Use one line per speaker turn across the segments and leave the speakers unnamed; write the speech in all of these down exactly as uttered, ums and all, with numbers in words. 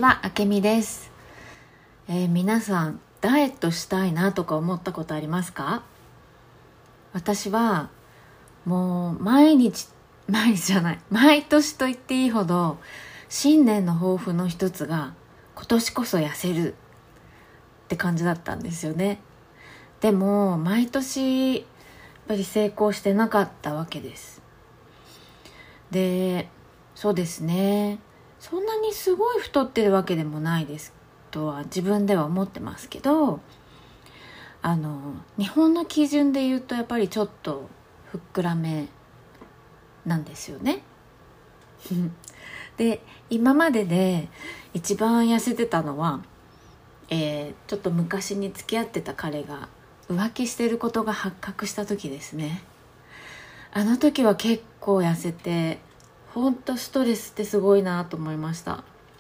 は、あけみです、えー、皆さんダイエットしたいなとか思ったことありますか？私はもう毎日毎日じゃない毎年と言っていいほど新年の抱負の一つが今年こそ痩せるって感じだったんですよね。でも毎年やっぱり成功してなかったわけです。でそうですね、そんなにすごい太ってるわけでもないですとは自分では思ってますけど、あの日本の基準で言うとやっぱりちょっとふっくらめなんですよねで今までで一番痩せてたのは、えー、ちょっと昔に付き合ってた彼が浮気してることが発覚した時ですね。あの時は結構痩せて、ほんとストレスってすごいなと思いました。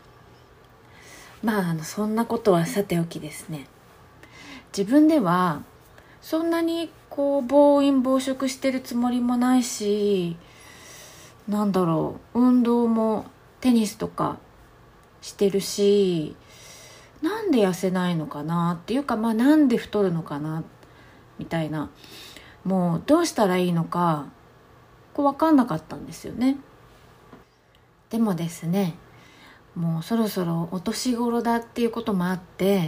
まあ、あのそんなことはさておきですね、自分ではそんなにこう暴飲暴食してるつもりもないし、なんだろう、運動もテニスとかしてるし、なんで痩せないのかなっていうか、まあなんで太るのかなみたいな、もうどうしたらいいのかこう分かんなかったんですよね。でもですね、もうそろそろお年頃だっていうこともあって、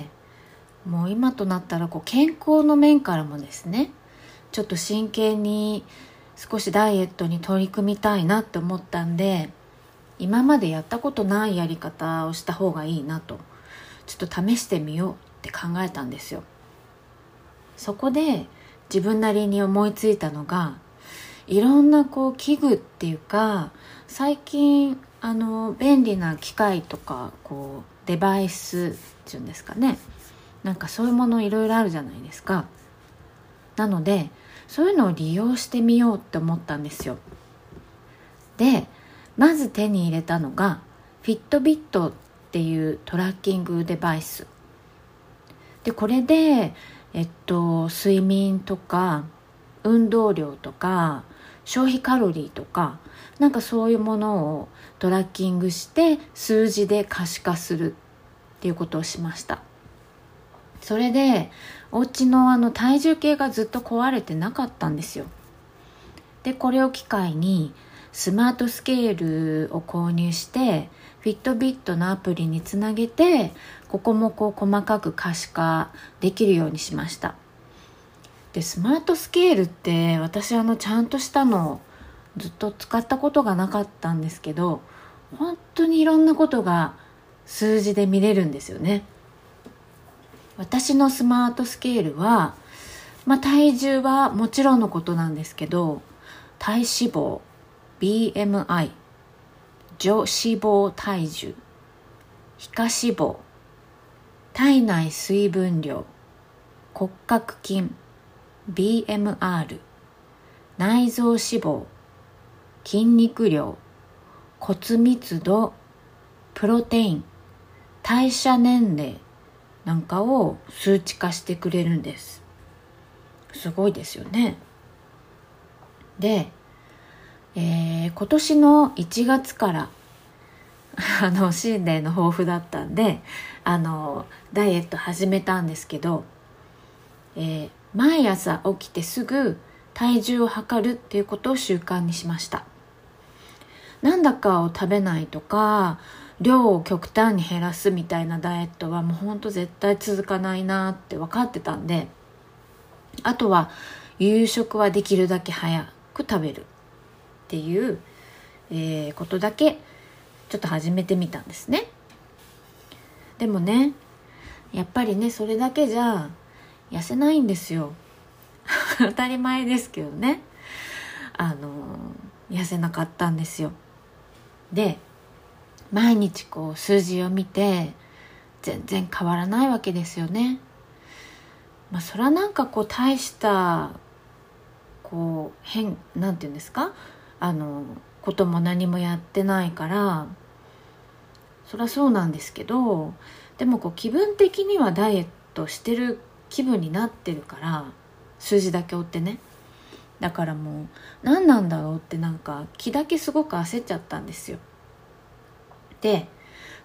もう今となったらこう健康の面からもですね、ちょっと真剣に少しダイエットに取り組みたいなって思ったんで、今までやったことないやり方をした方がいいなと、ちょっと試してみようって考えたんですよ。そこで自分なりに思いついたのが、いろんなこう器具っていうか、最近あの便利な機械とかこうデバイスっていうんですかね、なんかそういうものいろいろあるじゃないですか。なのでそういうのを利用してみようって思ったんですよ。でまず手に入れたのがフィットビットっていうトラッキングデバイスで、これでえっと睡眠とか運動量とか消費カロリーとか、なんかそういうものをトラッキングして数字で可視化するっていうことをしました。それでお家のあの体重計がずっと壊れてなかったんですよ。でこれを機会にスマートスケールを購入して、フィットビットのアプリにつなげて、ここもこう細かく可視化できるようにしました。でスマートスケールって私あのちゃんとしたのをずっと使ったことがなかったんですけど、本当にいろんなことが数字で見れるんですよね。私のスマートスケールは、まあ、体重はもちろんのことなんですけど、体脂肪 ビーエムアイ、 女脂肪体重、皮下脂肪、体内水分量、骨格筋 ビーエムアール、 内臓脂肪、筋肉量、骨密度、プロテイン、代謝年齢なんかを数値化してくれるんです。すごいですよね。で、えー、今年のいちがつからあの新年の抱負だったんで、あのダイエット始めたんですけど、えー、毎朝起きてすぐ体重を測るっていうことを習慣にしました。なんだかを食べないとか量を極端に減らすみたいなダイエットはもうほんと絶対続かないなって分かってたんで、あとは夕食はできるだけ早く食べるっていう、えー、ことだけちょっと始めてみたんですね。でもね、やっぱりねそれだけじゃ痩せないんですよ当たり前ですけどね、あの痩せなかったんですよ。で毎日こう数字を見て全然変わらないわけですよね。まあそれはなんかこう大したこう変なんていうんですか、あのことも何もやってないから、そりゃそうなんですけど、でもこう気分的にはダイエットしてる気分になってるから、数字だけ追ってね、だからもう何なんだろうって、なんか気だけすごく焦っちゃったんですよ。で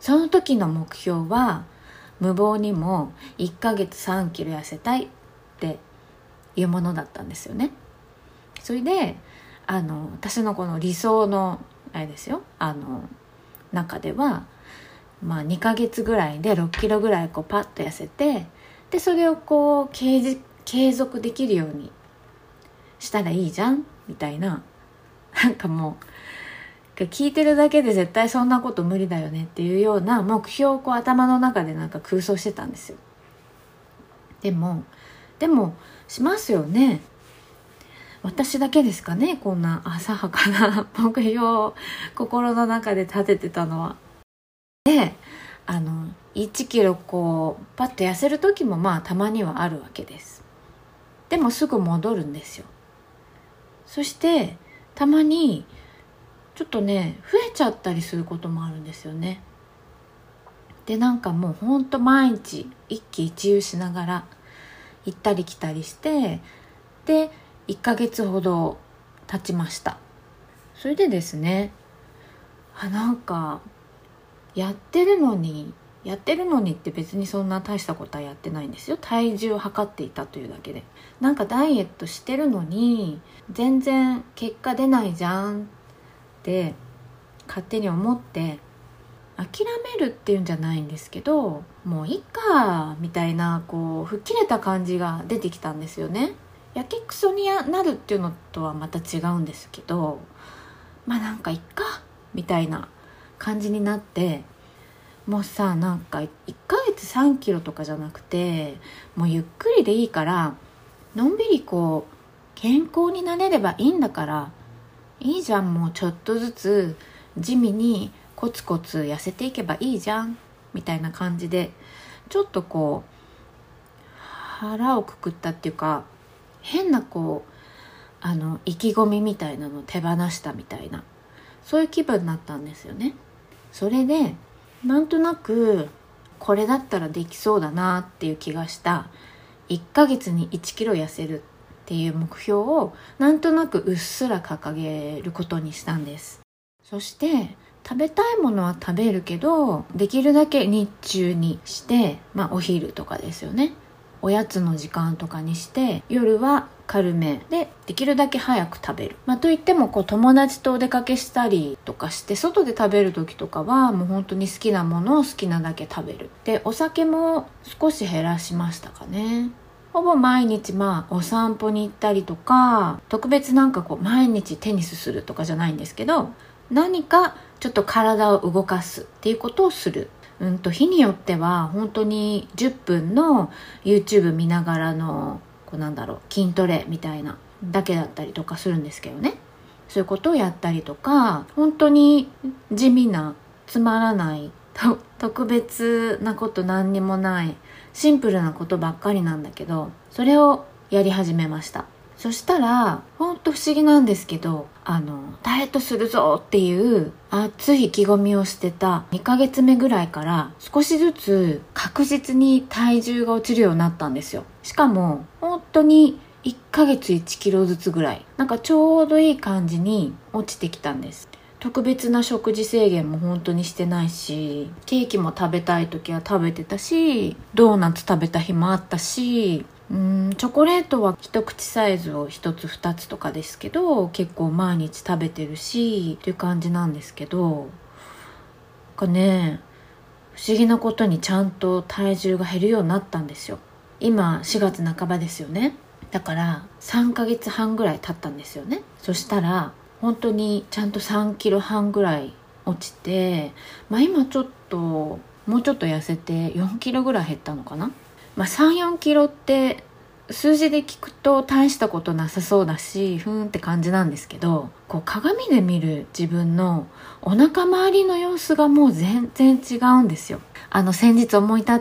その時の目標は無謀にもいっかげつさんキロ痩せたいっていうものだったんですよね。それであの私のこの理想のあれですよ、あの中では、まあ、にかげつぐらいでろっキロぐらいこうパッと痩せて、でそれをこう継継続できるようにしたらいいじゃんみたいな、なんかもう聞いてるだけで絶対そんなこと無理だよねっていうような目標をこう頭の中でなんか空想してたんですよ。でもでもしますよね。私だけですかね、こんな浅はかな目標を心の中で立ててたのは。で、あのいちキロこうパッと痩せる時もまあたまにはあるわけです。でもすぐ戻るんですよ。そしてたまにちょっとね増えちゃったりすることもあるんですよね。でなんかもうほんと毎日一喜一憂しながら行ったり来たりして、でいっかげつほど経ちました。それでですね、あなんかやってるのにやってるのにって別にそんな大したことはやってないんですよ。体重を測っていたというだけで、なんかダイエットしてるのに全然結果出ないじゃんって勝手に思って諦めるっていうんじゃないんですけど、もういっかみたいなこう吹っ切れた感じが出てきたんですよね。やけくそになるっていうのとはまた違うんですけど、まあなんかいっかみたいな感じになって、もうさなんかいっかげつさんキロとかじゃなくて、もうゆっくりでいいからのんびりこう健康になれればいいんだからいいじゃん、もうちょっとずつ地味にコツコツ痩せていけばいいじゃんみたいな感じで、ちょっとこう腹をくくったっていうか、変なこうあの意気込みみたいなのを手放したみたいな、そういう気分になったんですよね。それでなんとなくこれだったらできそうだなっていう気がしたいっかげつにいちキロ痩せるっていう目標をなんとなくうっすら掲げることにしたんです。そして食べたいものは食べるけど、できるだけ日中にして、まあお昼とかですよね、おやつの時間とかにして、夜は軽めでできるだけ早く食べる。まあといってもこう友達とお出かけしたりとかして外で食べる時とかはもう本当に好きなものを好きなだけ食べる。でお酒も少し減らしましたかね。ほぼ毎日まあお散歩に行ったりとか、特別なんかこう毎日テニスするとかじゃないんですけど、何かちょっと体を動かすっていうことをする。うんと日によっては本当にじゅっぷんの YouTube 見ながらのこうなんだろう筋トレみたいなだけだったりとかするんですけどね。そういうことをやったりとか、本当に地味なつまらないと特別なこと何にもないシンプルなことばっかりなんだけど、それをやり始めました。そしたらほんと不思議なんですけど、あのダイエットするぞっていう熱い意気込みをしてたにかげつめぐらいから少しずつ確実に体重が落ちるようになったんですよ。しかも本当にいっかげついちキロずつぐらい、なんかちょうどいい感じに落ちてきたんです。特別な食事制限も本当にしてないし、ケーキも食べたい時は食べてたし、ドーナツ食べた日もあったし、うーんチョコレートは一口サイズを一つ二つとかですけど結構毎日食べてるしっていう感じなんですけど、なんかね不思議なことにちゃんと体重が減るようになったんですよ。今しがつなかばですよね。だからさんかげつはんぐらい経ったんですよね。そしたら本当にちゃんとさんキロはんぐらい落ちて、まあ今ちょっともうちょっと痩せてよんキロぐらい減ったのかな。まあさん、よんキロって数字で聞くと大したことなさそうだしふーんって感じなんですけど、こう鏡で見る自分のお腹周りの様子がもう全然違うんですよ。あの先日思い立って、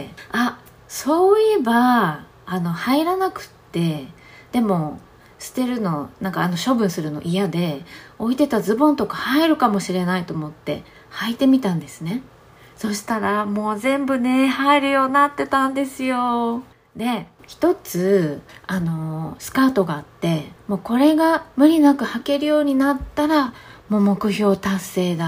あ、そういえばあの入らなくってでも捨てるのなんかあの処分するの嫌で置いてたズボンとか入るかもしれないと思って履いてみたんですね。そしたらもう全部ね入るようになってたんですよ。で一つあのスカートがあって、もうこれが無理なく履けるようになったらもう目標達成だっ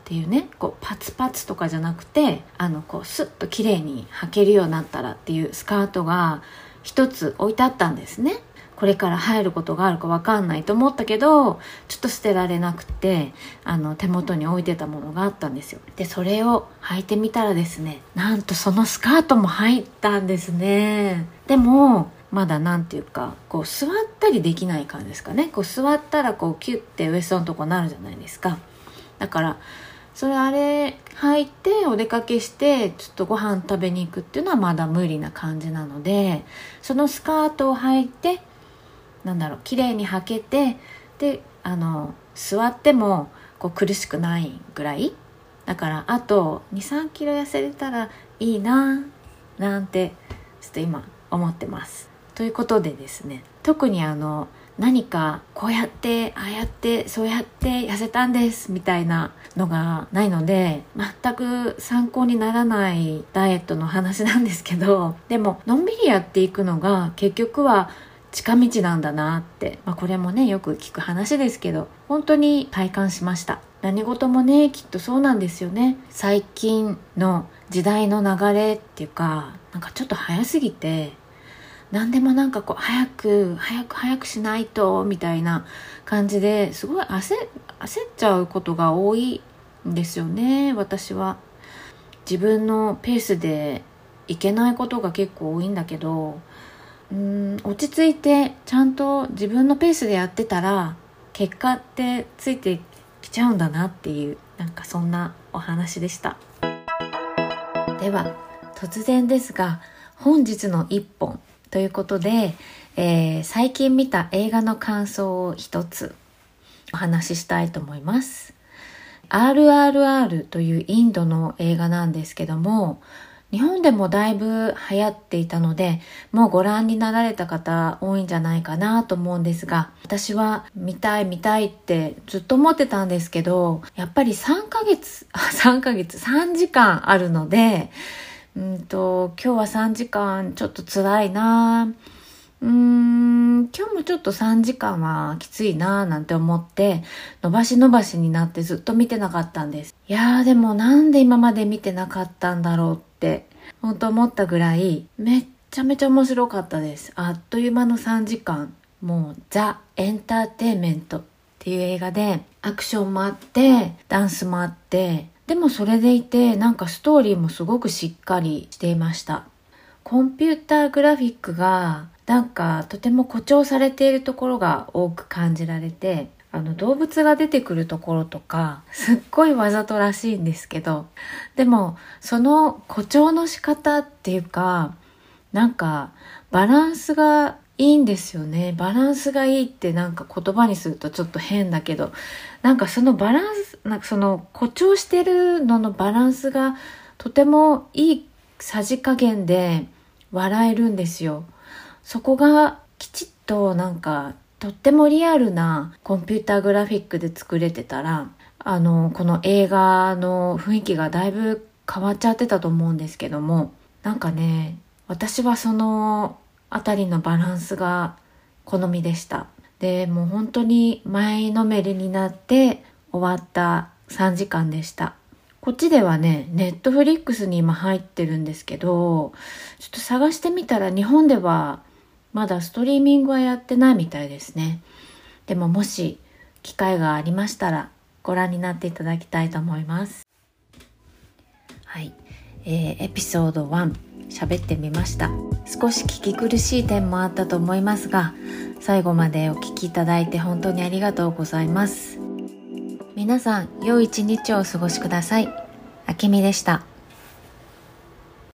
っていうね、こうパツパツとかじゃなくて、あのこうスッと綺麗に履けるようになったらっていうスカートが一つ置いてあったんですね。これから入ることがあるか分かんないと思ったけど、ちょっと捨てられなくて、あの手元に置いてたものがあったんですよ。でそれを履いてみたらですね、なんとそのスカートも入ったんですね。でもまだなんていうか、こう座ったりできない感じですかね。こう座ったらこうキュッてウエストのとこなるじゃないですか。だからそれあれ履いてお出かけしてちょっとご飯食べに行くっていうのはまだ無理な感じなので、そのスカートを履いてなんだろう綺麗に履けて、であの座ってもこう苦しくないぐらいだから、あと にさんキロ痩せれたらいいななんてちょっと今思ってます。ということでですね、特にあの何かこうやってああやってそうやって痩せたんですみたいなのがないので、全く参考にならないダイエットの話なんですけど、でものんびりやっていくのが結局は近道なんだなって、まあ、これもねよく聞く話ですけど、本当に体感しました。何事もねきっとそうなんですよね。最近の時代の流れっていうか、なんかちょっと早すぎて、何でもなんかこう早く早く早くしないとみたいな感じですごい焦、焦っちゃうことが多いんですよね。私は自分のペースでいけないことが結構多いんだけど、うーん落ち着いてちゃんと自分のペースでやってたら結果ってついてきちゃうんだなっていう、なんかそんなお話でした。では突然ですが本日の一本ということで、えー、最近見た映画の感想を一つお話ししたいと思います。 アールアールアール というインドの映画なんですけども、日本でもだいぶ流行っていたので、もうご覧になられた方多いんじゃないかなと思うんですが、私は見たい見たいってずっと思ってたんですけど、やっぱりさんかげつさんかげつさんじかんあるので、うんと今日はさんじかんちょっと辛いな、うーん今日もちょっとさんじかんはきついななんて思って伸ばし伸ばしになってずっと見てなかったんです。いやーでもなんで今まで見てなかったんだろうって本当思ったぐらいめっちゃめちゃ面白かったです。あっという間のさんじかん、もうザ・エンターテインメントっていう映画で、アクションもあってダンスもあって、でもそれでいてなんかストーリーもすごくしっかりしていました。コンピューターグラフィックがなんかとても誇張されているところが多く感じられて、あの動物が出てくるところとかすっごいわざとらしいんですけど、でもその誇張の仕方っていうか、なんかバランスがいいんですよね。バランスがいいってなんか言葉にするとちょっと変だけど、なんかそのバランス、なんかその誇張してるののバランスがとてもいいさじ加減で笑えるんですよ。そこがきちっとなんかとってもリアルなコンピューターグラフィックで作れてたら、あのこの映画の雰囲気がだいぶ変わっちゃってたと思うんですけども、なんかね私はそのあたりのバランスが好みでした。でもう本当に前のめりになって終わったさんじかんでした。こっちではねネットフリックスに今入ってるんですけど、ちょっと探してみたら日本ではまだストリーミングはやってないみたいですね。でももし機会がありましたらご覧になっていただきたいと思います。はい、えー、エピソードワン喋ってみました。少し聞き苦しい点もあったと思いますが、最後までお聞きいただいて本当にありがとうございます。皆さん良い一日をお過ごしください。あけみでした。